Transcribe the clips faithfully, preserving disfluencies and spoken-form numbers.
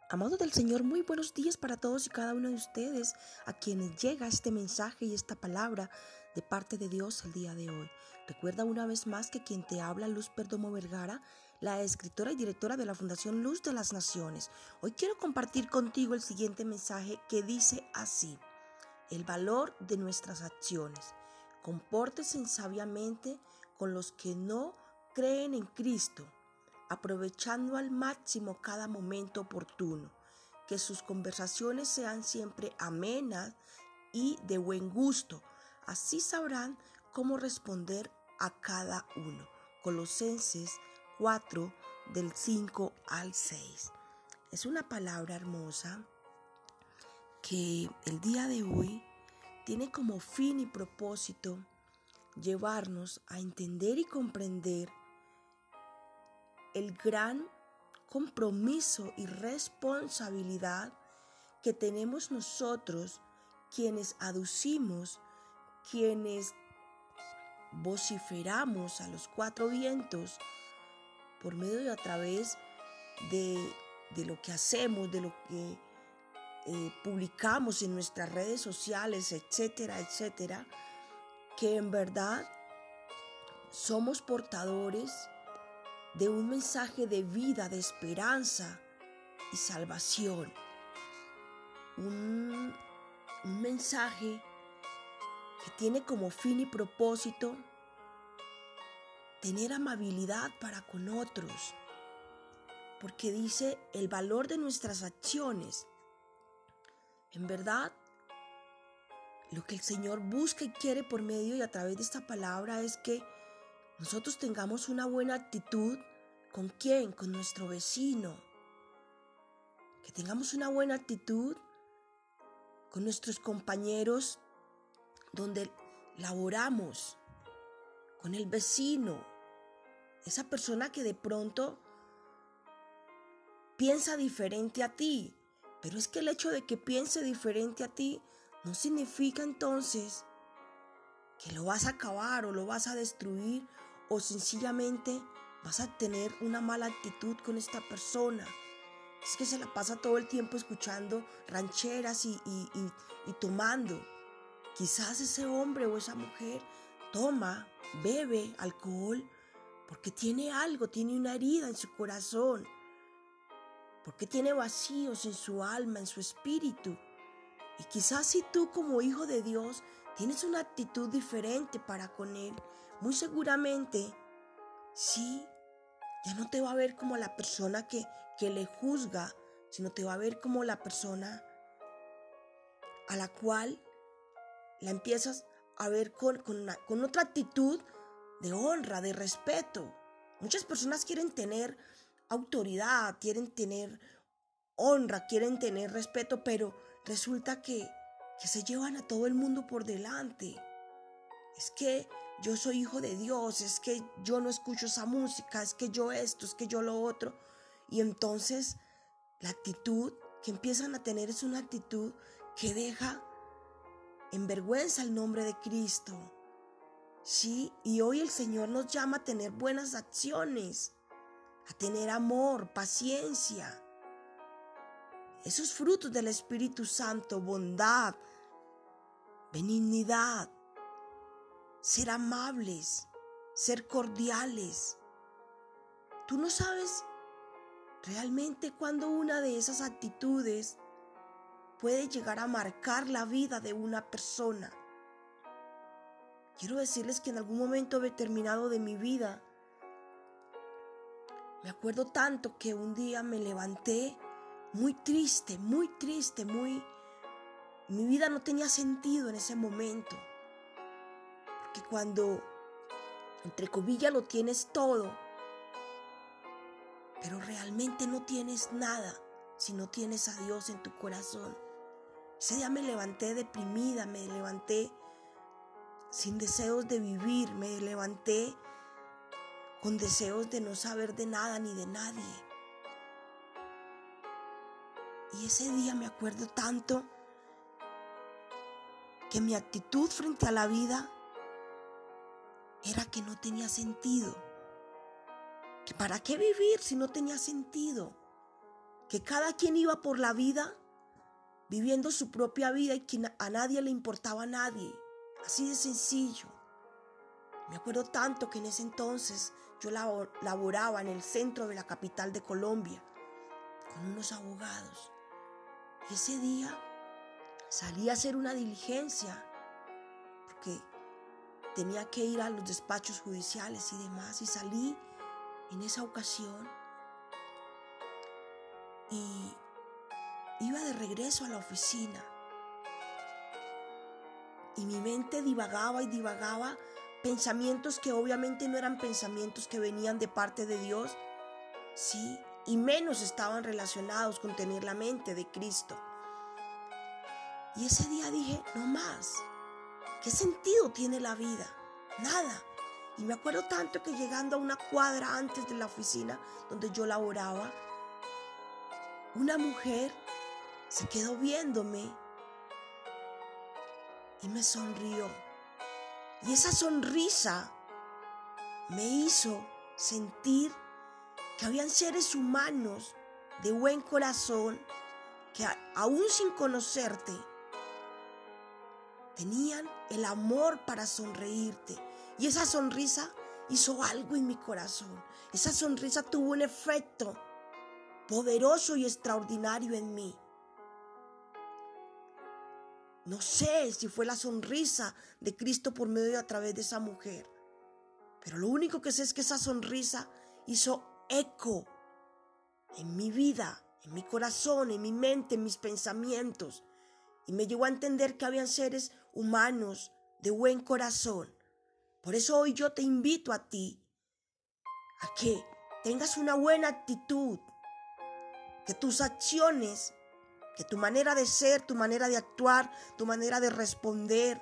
Amados del Señor, muy buenos días para todos y cada uno de ustedes a quienes llega este mensaje y esta palabra de parte de Dios el día de hoy. Recuerda una vez más que quien te habla, Luz Perdomo Vergara, la escritora y directora de la Fundación Luz de las Naciones. Hoy quiero compartir contigo el siguiente mensaje que dice así: el valor de nuestras acciones. Compórtese sabiamente con los que no creen en Cristo, aprovechando al máximo cada momento oportuno, que sus conversaciones sean siempre amenas y de buen gusto. Así sabrán cómo responder a cada uno. Colosenses cuatro, del cinco al seis. Es una palabra hermosa que el día de hoy tiene como fin y propósito llevarnos a entender y comprender el gran compromiso y responsabilidad que tenemos nosotros, quienes aducimos, quienes vociferamos a los cuatro vientos por medio y a través de, de lo que hacemos, de lo que eh, publicamos en nuestras redes sociales, etcétera, etcétera, que en verdad somos portadores de un mensaje de vida, de esperanza y salvación. Un, un mensaje que tiene como fin y propósito tener amabilidad para con otros, porque dice el valor de nuestras acciones. En verdad, lo que el Señor busca y quiere por medio y a través de esta palabra es que nosotros tengamos una buena actitud. ¿Con quién? Con nuestro vecino. Que tengamos una buena actitud con nuestros compañeros donde laboramos, con el vecino, esa persona que de pronto piensa diferente a ti. Pero es que el hecho de que piense diferente a ti no significa entonces que lo vas a acabar o lo vas a destruir o sencillamente vas a tener una mala actitud con esta persona. Es que se la pasa todo el tiempo escuchando rancheras y, y, y, y tomando. Quizás ese hombre o esa mujer toma, bebe alcohol porque tiene algo, tiene una herida en su corazón, porque tiene vacíos en su alma, en su espíritu. Y quizás si tú como hijo de Dios tienes una actitud diferente para con él, muy seguramente sí, ya no te va a ver como la persona que, que le juzga, sino te va a ver como la persona a la cual la empiezas a ver con, con, una, con otra actitud de honra, de respeto. Muchas personas quieren tener autoridad, quieren tener honra, quieren tener respeto, pero resulta que, que se llevan a todo el mundo por delante. Es que yo soy hijo de Dios, es que yo no escucho esa música, es que yo esto, es que yo lo otro. Y entonces la actitud que empiezan a tener es una actitud que deja en vergüenza el nombre de Cristo. Sí, y hoy el Señor nos llama a tener buenas acciones, a tener amor, paciencia. Esos frutos del Espíritu Santo, bondad, benignidad, ser amables, ser cordiales. Tú no sabes realmente cuándo una de esas actitudes puede llegar a marcar la vida de una persona. Quiero decirles que en algún momento determinado de mi vida, me acuerdo tanto que un día me levanté muy triste, muy triste, muy... Mi vida no tenía sentido en ese momento. Porque cuando, entre comillas, lo tienes todo, pero realmente no tienes nada si no tienes a Dios en tu corazón. Ese día me levanté deprimida, me levanté sin deseos de vivir, me levanté con deseos de no saber de nada ni de nadie. Y ese día me acuerdo tanto que mi actitud frente a la vida era que no tenía sentido. ¿Que para qué vivir si no tenía sentido? que cada quien iba por la vida viviendo su propia vida y que a nadie le importaba a nadie. Así de sencillo. Me acuerdo tanto que en ese entonces yo laboraba en el centro de la capital de Colombia con unos abogados. Y ese día salí a hacer una diligencia porque tenía que ir a los despachos judiciales y demás. Y salí en esa ocasión y iba de regreso a la oficina. Y mi mente divagaba y divagaba pensamientos que obviamente no eran pensamientos que venían de parte de Dios, sí, y menos estaban relacionados con tener la mente de Cristo. Y ese día dije, no más, ¿qué sentido tiene la vida? Nada. Y me acuerdo tanto que llegando a una cuadra antes de la oficina donde yo laboraba, una mujer se quedó viéndome y me sonrió. Y esa sonrisa me hizo sentir que habían seres humanos de buen corazón que aún sin conocerte tenían el amor para sonreírte. Y esa sonrisa hizo algo en mi corazón. Esa sonrisa tuvo un efecto poderoso y extraordinario en mí. No sé si fue la sonrisa de Cristo por medio de a través de esa mujer, pero lo único que sé es que esa sonrisa hizo eco en mi vida, en mi corazón, en mi mente, en mis pensamientos, y me llevó a entender que habían seres humanos de buen corazón. Por eso hoy yo te invito a ti a que tengas una buena actitud, que tus acciones, que tu manera de ser, tu manera de actuar, tu manera de responder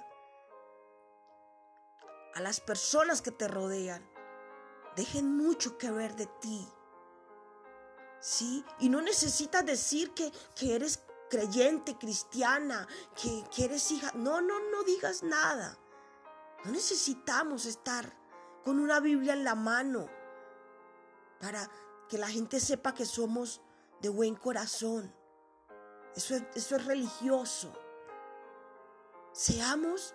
a las personas que te rodean, dejen mucho que ver de ti. ¿Sí? Y no necesitas decir que, que eres creyente, cristiana, que, que eres hija. No, no, no digas nada. No necesitamos estar con una Biblia en la mano para que la gente sepa que somos de buen corazón. Eso es, eso es religioso. Seamos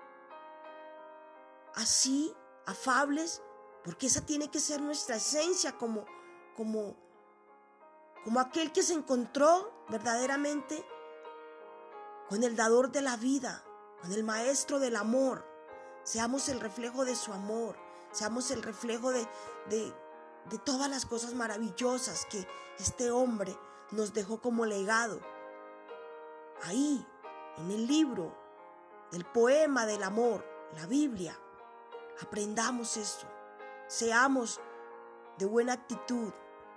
así, afables, porque esa tiene que ser nuestra esencia como, como, como aquel que se encontró verdaderamente con el dador de la vida, con el maestro del amor. Seamos el reflejo de su amor, seamos el reflejo de, de, de todas las cosas maravillosas que este hombre nos dejó como legado. Ahí, en el libro del poema del amor, la Biblia, aprendamos eso. Seamos de buena actitud,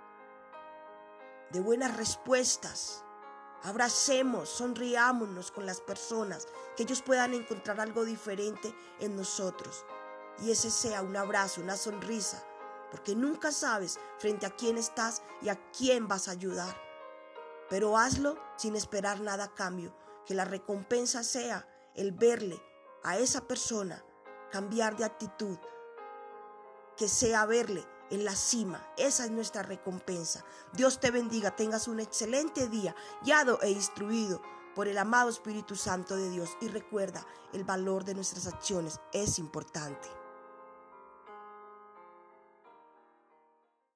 de buenas respuestas. Abracemos, sonriámonos con las personas, que ellos puedan encontrar algo diferente en nosotros. Y ese sea un abrazo, una sonrisa, porque nunca sabes frente a quién estás y a quién vas a ayudar. Pero hazlo sin esperar nada a cambio, que la recompensa sea el verle a esa persona cambiar de actitud, que sea verle en la cima. Esa es nuestra recompensa. Dios te bendiga, tengas un excelente día, guiado e instruido por el amado Espíritu Santo de Dios. Y recuerda, el valor de nuestras acciones es importante.